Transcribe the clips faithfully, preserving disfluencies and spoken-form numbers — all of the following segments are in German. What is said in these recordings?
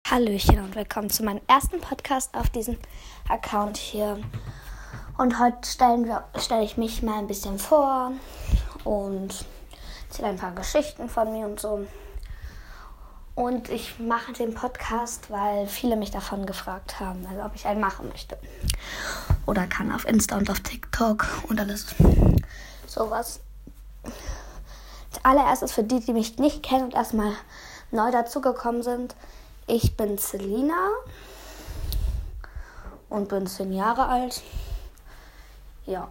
Hallöchen und willkommen zu meinem ersten Podcast auf diesem Account hier. Und heute stellen wir, stelle ich mich mal ein bisschen vor und erzähle ein paar Geschichten von mir und so. Und ich mache den Podcast, weil viele mich davon gefragt haben, also ob ich einen machen möchte. Oder kann auf Insta und auf TikTok und alles sowas. Allererstes für die, die mich nicht kennen und erstmal neu dazugekommen sind. Ich bin Selina und bin zehn Jahre alt. Ja.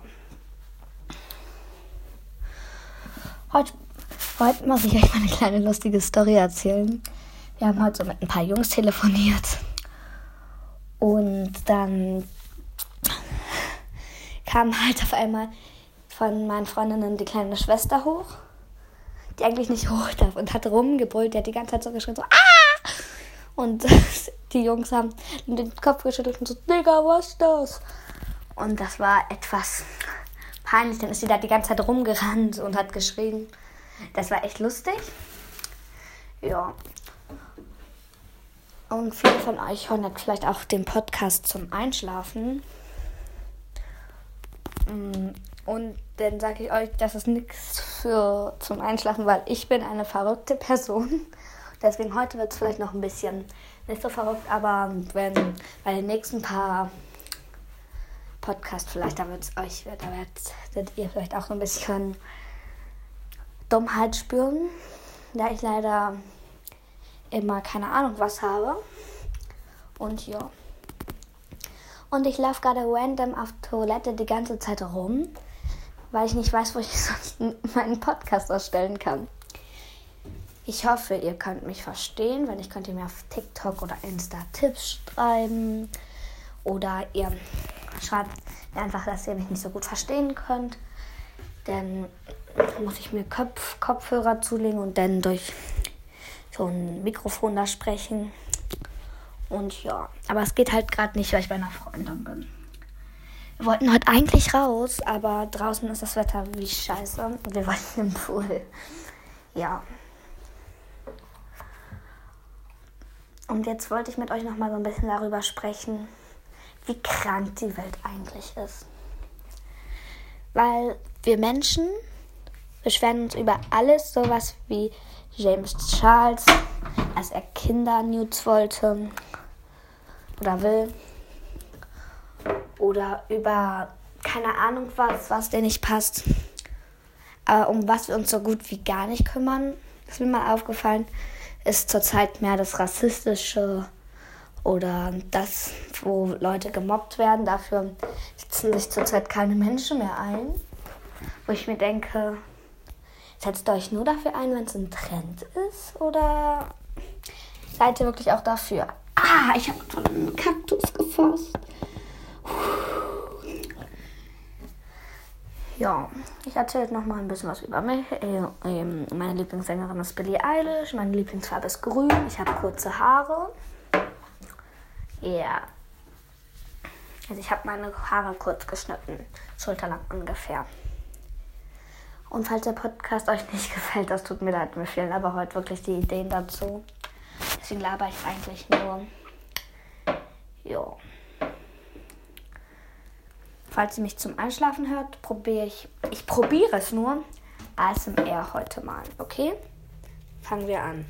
Heute, heute muss ich euch mal eine kleine lustige Story erzählen. Wir haben heute so mit ein paar Jungs telefoniert. Und dann kam halt auf einmal von meinen Freundinnen die kleine Schwester hoch, die eigentlich nicht hoch darf und hat rumgebrüllt. Die hat die ganze Zeit so geschrien, so ah! Und die Jungs haben den Kopf geschüttelt und so, Digga, was ist das? Und das war etwas peinlich. Dann ist sie da die ganze Zeit rumgerannt und hat geschrien. Das war echt lustig. Ja. Und viele von euch hören jetzt vielleicht auch den Podcast zum Einschlafen. Und dann sage ich euch, das ist nichts für zum Einschlafen, weil ich bin eine verrückte Person. Deswegen heute wird es vielleicht noch ein bisschen nicht so verrückt, aber wenn bei den nächsten paar Podcasts vielleicht, da wird es euch, da werdet ihr vielleicht auch so ein bisschen Dummheit spüren, da ich leider immer keine Ahnung was habe. Und ja. Und ich laufe gerade random auf Toilette die ganze Zeit rum, weil ich nicht weiß, wo ich sonst meinen Podcast ausstellen kann. Ich hoffe, ihr könnt mich verstehen. Wenn nicht, könnt ihr mir auf TikTok oder Insta Tipps schreiben. Oder ihr schreibt mir einfach, dass ihr mich nicht so gut verstehen könnt. Dann muss ich mir Kopf, Kopfhörer zulegen und dann durch so ein Mikrofon da sprechen. Und ja, aber es geht halt gerade nicht, weil ich bei einer Freundin bin. Wir wollten heute eigentlich raus, aber draußen ist das Wetter wie scheiße. Und wir wollten im Pool. Ja. Und jetzt wollte ich mit euch nochmal so ein bisschen darüber sprechen, wie krank die Welt eigentlich ist. Weil wir Menschen beschweren uns über alles, sowas wie James Charles, als er Kinder-Nudes wollte oder will. Oder über keine Ahnung was, was dir nicht passt. Aber um was wir uns so gut wie gar nicht kümmern, ist mir mal aufgefallen, ist zurzeit mehr das Rassistische oder das, wo Leute gemobbt werden. Dafür setzen sich zurzeit keine Menschen mehr ein. Wo ich mir denke, setzt ihr euch nur dafür ein, wenn es ein Trend ist? Oder seid ihr wirklich auch dafür? Ah, ich habe von einem Kaktus gefasst. Ja, ich erzähle jetzt noch mal ein bisschen was über mich. Meine Lieblingssängerin ist Billie Eilish. Meine Lieblingsfarbe ist grün. Ich habe kurze Haare. Ja. Yeah. Also ich habe meine Haare kurz geschnitten. Schulterlang ungefähr. Und falls der Podcast euch nicht gefällt, das tut mir leid. Mir fehlen aber heute wirklich die Ideen dazu. Deswegen laber ich eigentlich nur. Jo. Falls ihr mich zum Einschlafen hört, probiere ich, ich probiere es nur, A S M R heute mal, okay? Fangen wir an.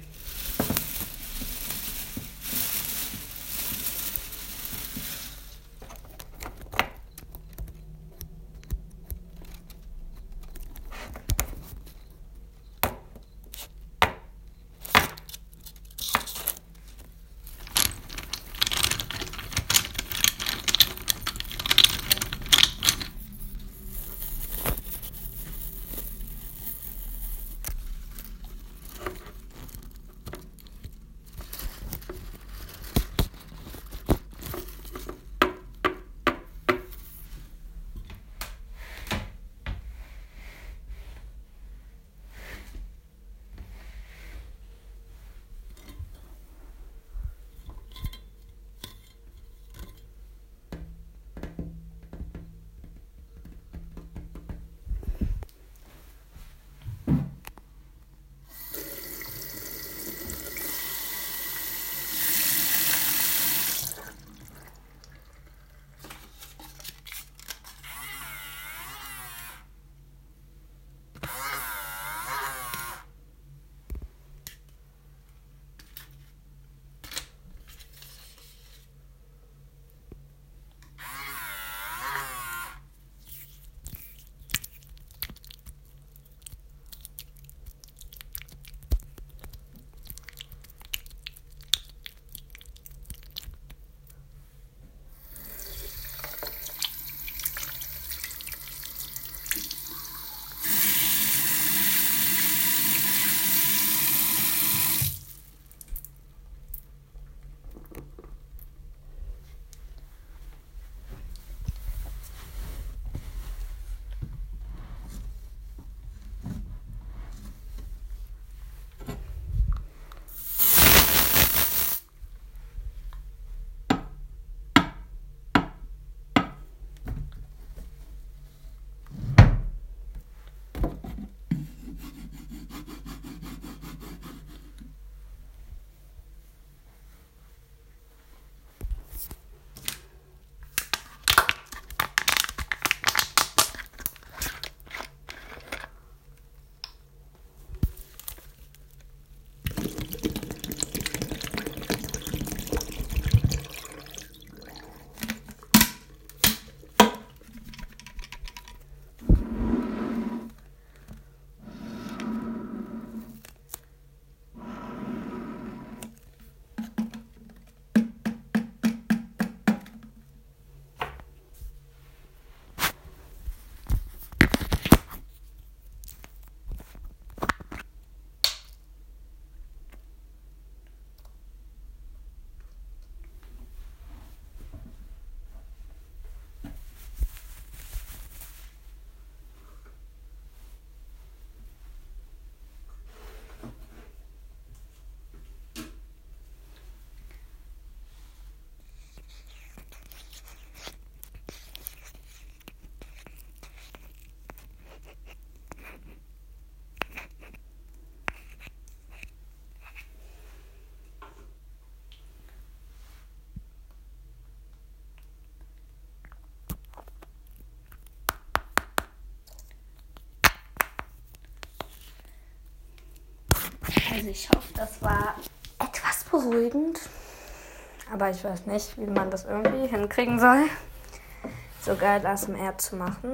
Also ich hoffe, das war etwas beruhigend. Aber ich weiß nicht, wie man das irgendwie hinkriegen soll, so geil A S M R zu machen.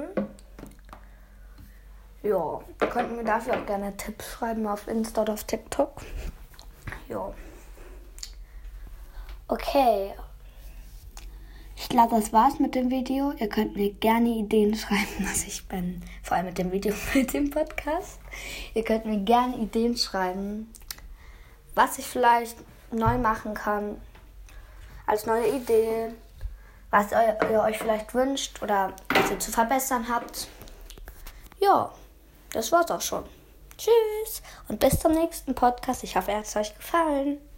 Ja, könnten mir dafür auch gerne Tipps schreiben auf Insta oder auf TikTok. Ja. Okay. Ich glaube, das war's mit dem Video. Ihr könnt mir gerne Ideen schreiben, was ich bin. Vor allem mit dem Video, mit dem Podcast. Ihr könnt mir gerne Ideen schreiben, was ich vielleicht neu machen kann. Als neue Idee. Was ihr, ihr euch vielleicht wünscht oder was ihr zu verbessern habt. Ja, das war's auch schon. Tschüss und bis zum nächsten Podcast. Ich hoffe, es hat euch gefallen.